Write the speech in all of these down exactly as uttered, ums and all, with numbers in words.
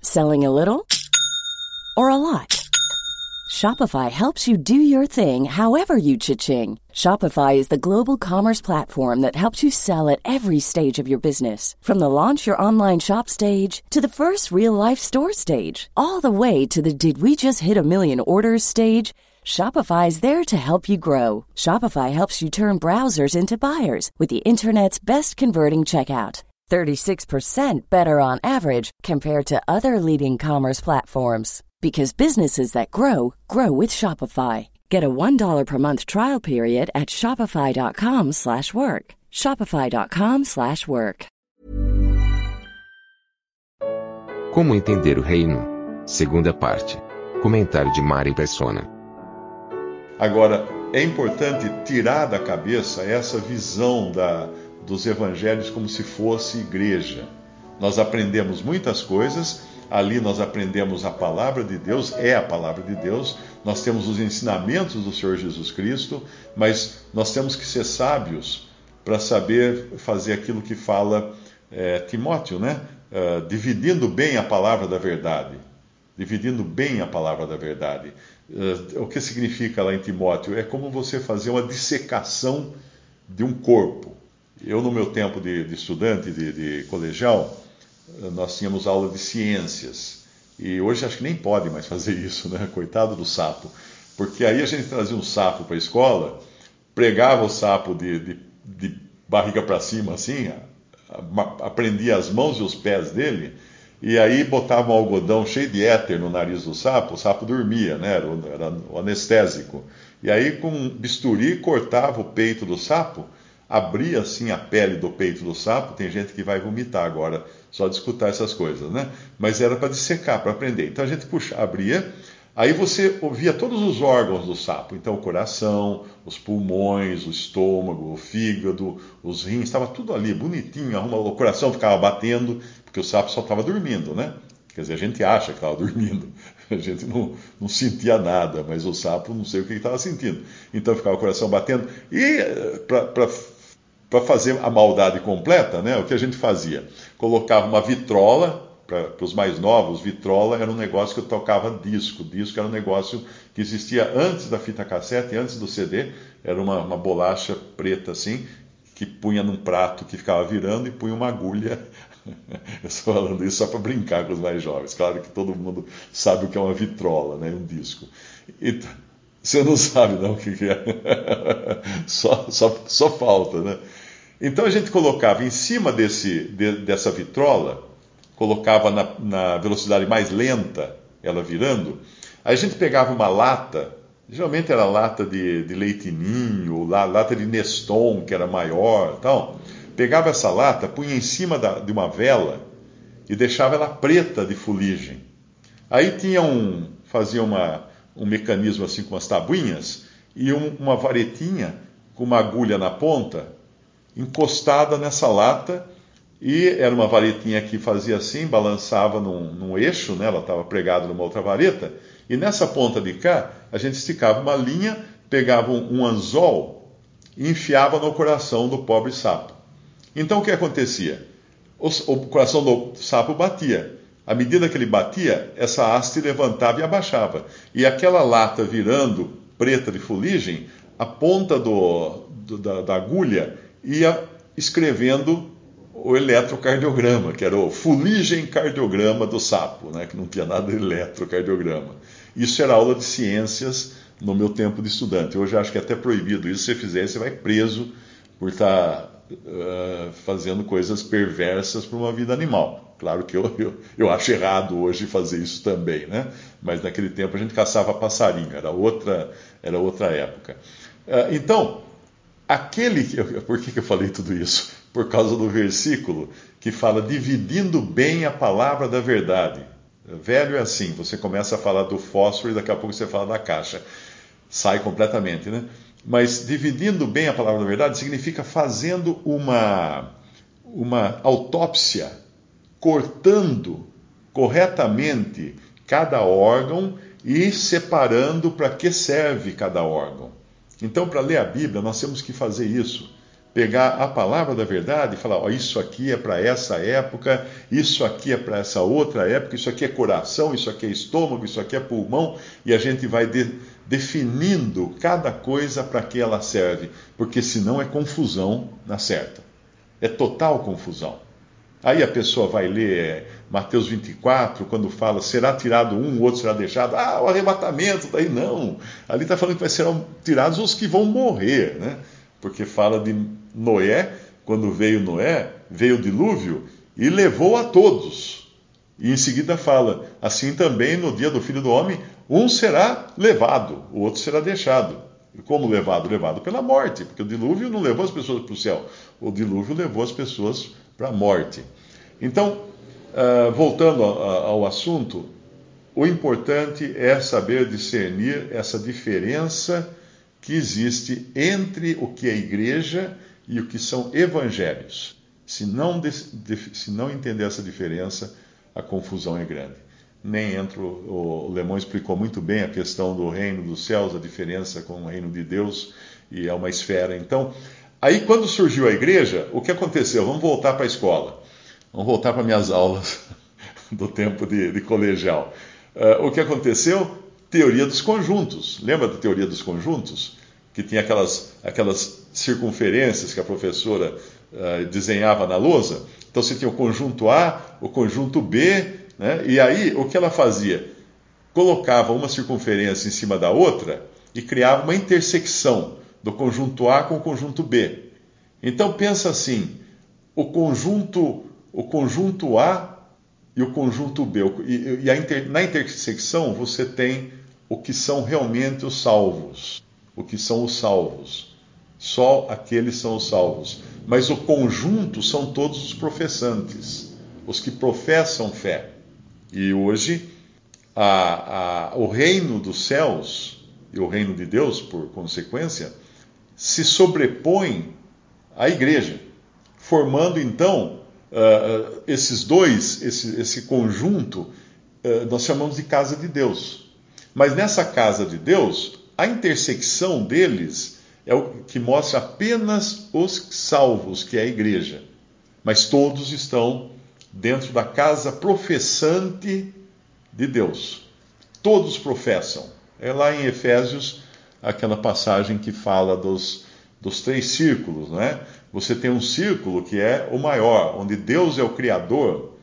Selling a little or a lot? Shopify helps you do your thing however you cha-ching. Shopify is the global commerce platform that helps you sell at every stage of your business. From the launch your online shop stage to the first real-life store stage, all the way to the did we just hit a million orders stage. Shopify is there to help you grow. Shopify helps you turn browsers into buyers with the internet's best converting checkout. thirty-six percent better on average compared to other leading commerce platforms. Because businesses that grow, grow with Shopify. Get a one dollar per month trial period at shopify.com slash work. Shopify.com slash work. Como entender o reino? Segunda parte. Comentário de Mari Persona. Agora, é importante tirar da cabeça essa visão da, dos evangelhos como se fosse igreja. Nós aprendemos muitas coisas, ali nós aprendemos a palavra de Deus, é a palavra de Deus, nós temos os ensinamentos do Senhor Jesus Cristo, mas nós temos que ser sábios para saber fazer aquilo que fala é, Timóteo, né? Uh, dividindo bem a palavra da verdade. Dividindo bem a palavra da verdade. Uh, o que significa lá em Timóteo? É como você fazer uma dissecação de um corpo. Eu, no meu tempo de, de estudante, de, de colegial, nós tínhamos aula de ciências. E hoje acho que nem pode mais fazer isso, né? Coitado do sapo. Porque aí a gente trazia um sapo para a escola, pregava o sapo de, de, de barriga para cima, assim, aprendia as mãos e os pés dele, e aí botava um algodão cheio de éter no nariz do sapo, o sapo dormia, né? Era, o, era o anestésico. E aí com um bisturi cortava o peito do sapo, abria assim a pele do peito do sapo. Tem gente que vai vomitar agora só de escutar essas coisas, né? Mas era para dissecar, para aprender. Então a gente puxa, abria, aí você ouvia todos os órgãos do sapo. Então o coração, os pulmões, o estômago, o fígado, os rins, estava tudo ali, bonitinho. O coração ficava batendo, porque o sapo só estava dormindo, né? Quer dizer, a gente acha que estava dormindo. A gente não, não sentia nada, mas o sapo não sei o que estava sentindo. Então ficava o coração batendo. E para Para fazer a maldade completa, né, o que a gente fazia? Colocava uma vitrola, para os mais novos, vitrola era um negócio que eu tocava disco. Disco era um negócio que existia antes da fita cassete, antes do C D. Era uma, uma bolacha preta assim, que punha num prato que ficava virando e punha uma agulha. Eu estou falando isso só para brincar com os mais jovens. Claro que todo mundo sabe o que é uma vitrola, né, um disco. Então, você não sabe não o que é. só, só, só falta, né? Então a gente colocava em cima desse, de, dessa vitrola, colocava na, na velocidade mais lenta, ela virando, aí a gente pegava uma lata, geralmente era lata de, de leite ninho, lata de Neston, que era maior, tal. Pegava essa lata, punha em cima da, de uma vela e deixava ela preta de fuligem. Aí tinha um, fazia uma, um mecanismo assim com umas tabuinhas e um, uma varetinha com uma agulha na ponta, encostada nessa lata, e era uma varetinha que fazia assim, balançava num, num eixo, né? Ela estava pregada numa outra vareta, e nessa ponta de cá, a gente esticava uma linha, pegava um, um anzol e enfiava no coração do pobre sapo. Então o que acontecia? O, o coração do sapo batia. À medida que ele batia, essa haste levantava e abaixava. E aquela lata virando preta de fuligem, a ponta do, do, da, da agulha ia escrevendo o eletrocardiograma, que era o fuligem cardiograma do sapo, né? Que não tinha nada de eletrocardiograma. Isso era aula de ciências no meu tempo de estudante. Hoje eu acho que é até proibido isso. Se você fizer, você vai preso por estar uh, fazendo coisas perversas para uma vida animal. Claro que eu, eu, eu acho errado hoje fazer isso também, né? Mas naquele tempo a gente caçava passarinho, era outra, era outra época. Uh, então, aquele... Por que, que eu falei tudo isso? Por causa do versículo que fala dividindo bem a palavra da verdade. Velho é assim, você começa a falar do fósforo e daqui a pouco você fala da caixa. Sai completamente, né? Mas dividindo bem a palavra da verdade significa fazendo uma, uma autópsia, cortando corretamente cada órgão e separando para que serve cada órgão. Então, para ler a Bíblia, nós temos que fazer isso. pegar a palavra da verdade e falar, ó, isso aqui é para essa época, isso aqui é para essa outra época, isso aqui é coração, isso aqui é estômago, isso aqui é pulmão, e a gente vai de, definindo cada coisa para que ela serve, porque senão é confusão na certa. É total confusão. Aí a pessoa vai ler Mateus vinte e quatro, quando fala, será tirado um, o outro será deixado. Ah, o arrebatamento, daí não. Ali está falando que vai ser tirados os que vão morrer, né? Porque fala de Noé, quando veio Noé, veio o dilúvio e levou a todos. E em seguida fala, assim também no dia do Filho do Homem, um será levado, o outro será deixado. E como levado? Levado pela morte, porque o dilúvio não levou as pessoas para o céu, o dilúvio levou as pessoas para a morte. Então, uh, voltando ao, ao assunto, o importante é saber discernir essa diferença que existe entre o que é igreja e o que são evangelhos. Se não, de, de, se não entender essa diferença, a confusão é grande. Nem entro, o, o Lemon explicou muito bem a questão do reino dos céus, a diferença com o reino de Deus, e é uma esfera. Então, aí quando surgiu a igreja, o que aconteceu? Vamos voltar para a escola. Vamos voltar para minhas aulas do tempo de, de colegial. Uh, o que aconteceu? Teoria dos conjuntos. Lembra da teoria dos conjuntos? Que tinha aquelas, aquelas circunferências que a professora uh, desenhava na lousa. Então você tinha o conjunto A, o conjunto B, né? E aí o que ela fazia? Colocava uma circunferência em cima da outra e criava uma intersecção do conjunto A com o conjunto B. Então pensa assim, o conjunto, o conjunto A e o conjunto B. E, e a inter, na intersecção você tem o que são realmente os salvos. O que são os salvos. Só aqueles são os salvos. Mas o conjunto são todos os professantes, os que professam fé. E hoje, a, a, o reino dos céus e o reino de Deus, por consequência, se sobrepõem à igreja, formando então uh, esses dois, esse, esse conjunto, uh, nós chamamos de casa de Deus. Mas nessa casa de Deus, a intersecção deles é o que mostra apenas os salvos, que é a igreja. Mas todos estão dentro da casa professante de Deus. Todos professam. É lá em Efésios, aquela passagem que fala dos, dos três círculos, não é? Você tem um círculo que é o maior, onde Deus é o Criador,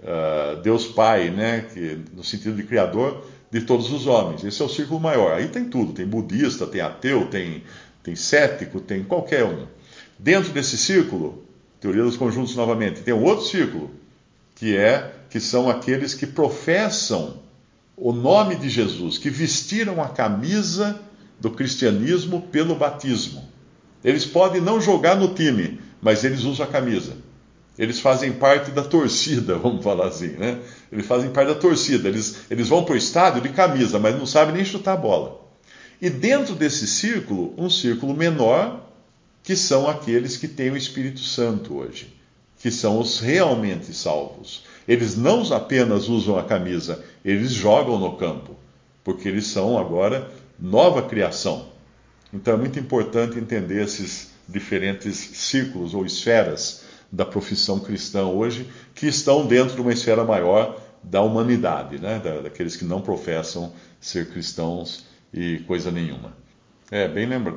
uh, Deus Pai, né? Que, no sentido de Criador de todos os homens. Esse é o círculo maior. Aí tem tudo, tem budista, tem ateu, tem, tem cético, tem qualquer um. Dentro desse círculo, teoria dos conjuntos novamente, tem um outro círculo, que é que são aqueles que professam o nome de Jesus, que vestiram a camisa do cristianismo pelo batismo. Eles podem não jogar no time, mas eles usam a camisa. Eles fazem parte da torcida, vamos falar assim, né? Eles fazem parte da torcida. Eles, eles vão para o estádio de camisa, mas não sabem nem chutar a bola. E dentro desse círculo, um círculo menor, que são aqueles que têm o Espírito Santo hoje, que são os realmente salvos. Eles não apenas usam a camisa, eles jogam no campo, porque eles são agora nova criação. Então é muito importante entender esses diferentes círculos ou esferas da profissão cristã hoje, que estão dentro de uma esfera maior da humanidade, né? da, daqueles que não professam ser cristãos e coisa nenhuma. É bem, lembra...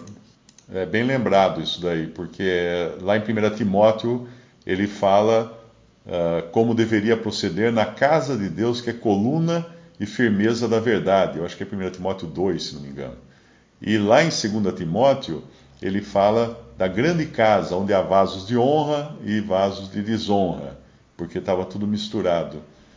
é bem lembrado isso daí, porque lá em primeira Timóteo ele fala uh, como deveria proceder na casa de Deus, que é coluna e firmeza da verdade. Eu acho que é primeira Timóteo dois, se não me engano. E lá em segunda Timóteo ele fala da grande casa, onde há vasos de honra e vasos de desonra, porque estava tudo misturado.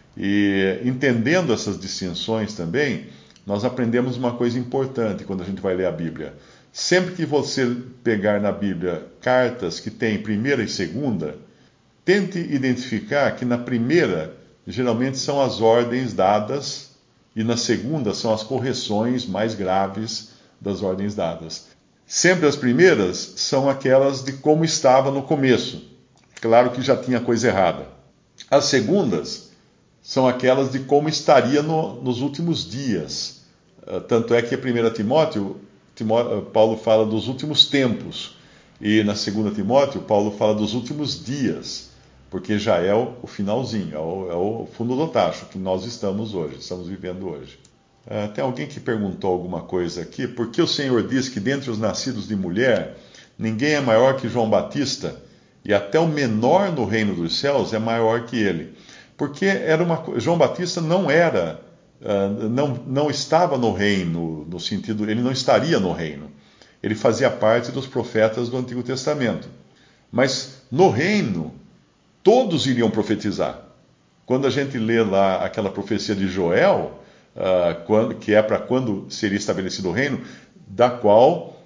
E entendendo essas distinções também, nós aprendemos uma coisa importante quando a gente vai ler a Bíblia. Sempre que você pegar na Bíblia cartas que tem primeira e segunda, tente identificar que na primeira, geralmente são as ordens dadas, e na segunda são as correções mais graves das ordens dadas. Sempre as primeiras são aquelas de como estava no começo. Claro que já tinha coisa errada. As segundas são aquelas de como estaria no, nos últimos dias. Uh, tanto é que a primeira Timóteo, Timóteo, Paulo fala dos últimos tempos. E na segunda Timóteo, Paulo fala dos últimos dias, porque já é o, o finalzinho, é o, é o fundo do tacho que nós estamos hoje, estamos vivendo hoje. Uh, tem alguém que perguntou alguma coisa aqui. Por que o Senhor diz que dentre os nascidos de mulher, ninguém é maior que João Batista, e até o menor no reino dos céus é maior que ele? Porque era uma, João Batista não era, uh, não, não estava no reino, no sentido, ele não estaria no reino. Ele fazia parte dos profetas do Antigo Testamento. Mas no reino, todos iriam profetizar. Quando a gente lê lá aquela profecia de Joel, uh, quando, que é para quando seria estabelecido o reino, da qual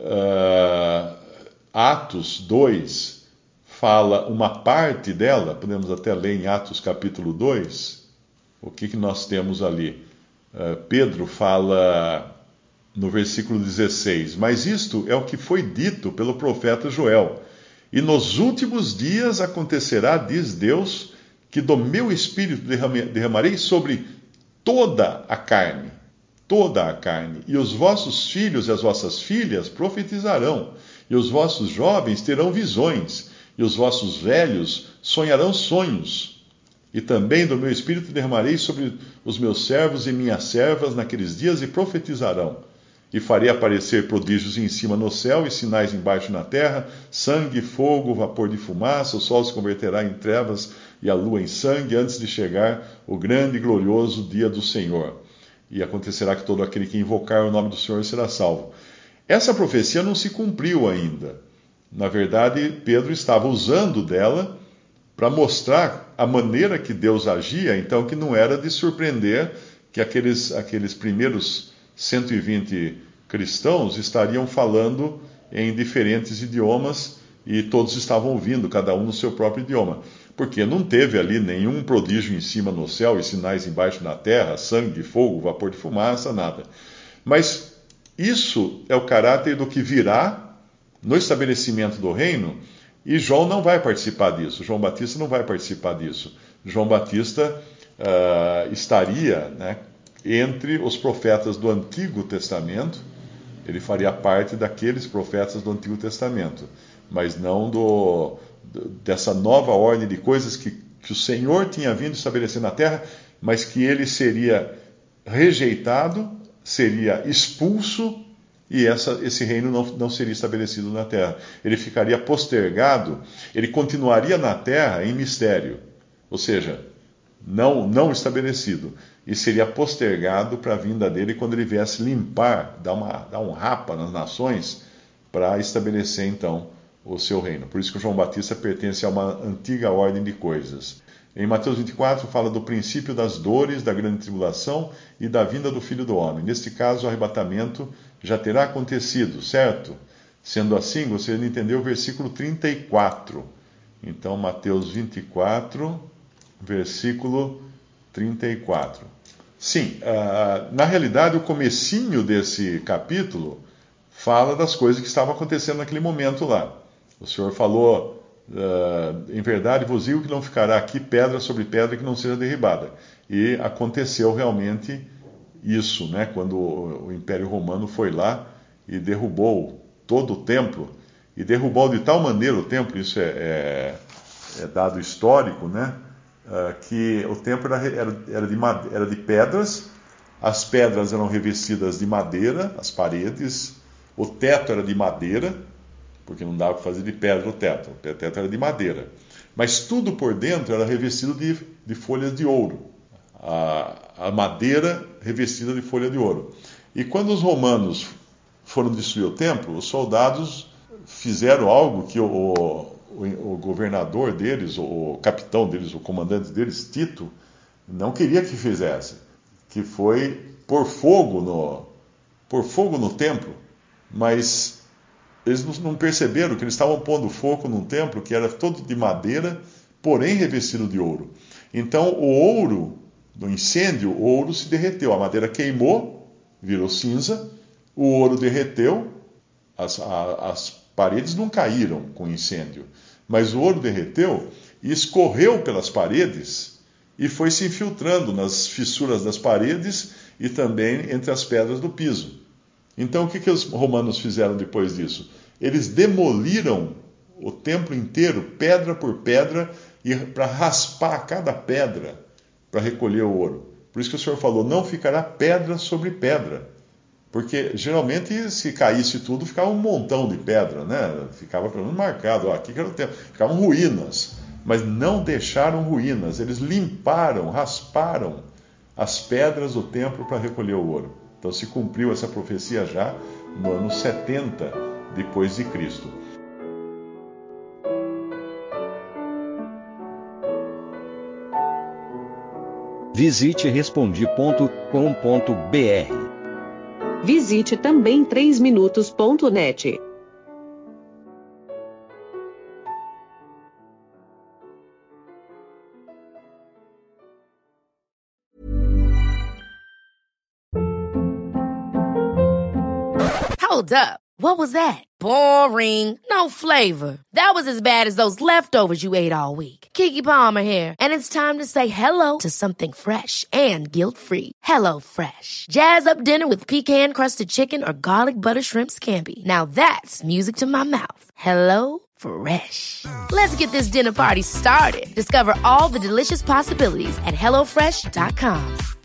uh, Atos dois fala uma parte dela, podemos até ler em Atos capítulo dois, o que, que nós temos ali? Uh, Pedro fala no versículo dezesseis, mas isto é o que foi dito pelo profeta Joel. E nos últimos dias acontecerá, diz Deus, que do meu espírito derramarei sobre toda a carne, toda a carne, e os vossos filhos e as vossas filhas profetizarão, e os vossos jovens terão visões, e os vossos velhos sonharão sonhos. E também do meu espírito derramarei sobre os meus servos e minhas servas naqueles dias, e profetizarão. E farei aparecer prodígios em cima no céu e sinais embaixo na terra, sangue, fogo, vapor de fumaça, o sol se converterá em trevas e a lua em sangue, antes de chegar o grande e glorioso dia do Senhor. E acontecerá que todo aquele que invocar o nome do Senhor será salvo. Essa profecia não se cumpriu ainda. Na verdade, Pedro estava usando dela para mostrar a maneira que Deus agia, então que não era de surpreender que aqueles, aqueles primeiros cento e vinte cristãos estariam falando em diferentes idiomas e todos estavam ouvindo, cada um no seu próprio idioma. Porque não teve ali nenhum prodígio em cima no céu e sinais embaixo na terra, sangue, fogo, vapor de fumaça, nada. Mas isso é o caráter do que virá no estabelecimento do reino, e João não vai participar disso, João Batista não vai participar disso. João Batista uh, estaria, né, entre os profetas do Antigo Testamento, ele faria parte daqueles profetas do Antigo Testamento, mas não do, dessa nova ordem de coisas que, que o Senhor tinha vindo estabelecer na terra, mas que ele seria rejeitado, seria expulso, e essa, esse reino não, não seria estabelecido na terra. Ele ficaria postergado, ele continuaria na terra em mistério, ou seja, não, não estabelecido, e seria postergado para a vinda dele quando ele viesse limpar, dar, uma, dar um rapa nas nações, para estabelecer então o seu reino. Por isso que o João Batista pertence a uma antiga ordem de coisas. Em Mateus vinte e quatro fala do princípio das dores, da grande tribulação e da vinda do Filho do Homem. Neste caso, o arrebatamento já terá acontecido, certo? Sendo assim, você entendeu o versículo trinta e quatro. Então, Mateus vinte e quatro, versículo trinta e quatro. Sim, uh, na realidade, o comecinho desse capítulo fala das coisas que estavam acontecendo naquele momento lá. O Senhor falou, uh, em verdade vos digo que não ficará aqui pedra sobre pedra que não seja derribada. E aconteceu realmente isso, né? Quando o, o Império Romano foi lá e derrubou todo o templo, e derrubou de tal maneira o templo, isso é, é, é dado histórico, né? Uh, que o templo era, era, era, de, era de pedras, as pedras eram revestidas de madeira, as paredes, o teto era de madeira, porque não dava para fazer de pedra o teto, o teto era de madeira, mas tudo por dentro era revestido de, de folhas de ouro, a, a madeira revestida de folha de ouro. E quando os romanos foram destruir o templo, os soldados fizeram algo que o, o, o governador deles, o capitão deles, o comandante deles, Tito, não queria que fizesse, que foi pôr fogo no, pôr fogo no templo, mas eles não perceberam que eles estavam pondo fogo num templo que era todo de madeira, porém revestido de ouro. Então o ouro, no incêndio, o ouro se derreteu, a madeira queimou, virou cinza, o ouro derreteu, as, a, as paredes não caíram com incêndio, mas o ouro derreteu e escorreu pelas paredes e foi se infiltrando nas fissuras das paredes e também entre as pedras do piso. Então o que, que os romanos fizeram depois disso? Eles demoliram o templo inteiro, pedra por pedra, para raspar cada pedra para recolher o ouro. Por isso que o Senhor falou, não ficará pedra sobre pedra. Porque geralmente se caísse tudo, ficava um montão de pedra, né? Ficava pelo menos marcado, ó, aqui que era o templo. Ficavam ruínas, mas não deixaram ruínas. Eles limparam, rasparam as pedras do templo para recolher o ouro. Então se cumpriu essa profecia já no ano setenta depois de Cristo. Visite respondi ponto com ponto br. Visite também três minutos ponto net. Hold up. What was that? Boring. No flavor. That was as bad as those leftovers you ate all week. Keke Palmer here, and it's time to say hello to something fresh and guilt-free. Hello Fresh. Jazz up dinner with pecan-crusted chicken or garlic butter shrimp scampi. Now that's music to my mouth. Hello Fresh. Let's get this dinner party started. Discover all the delicious possibilities at hello fresh dot com.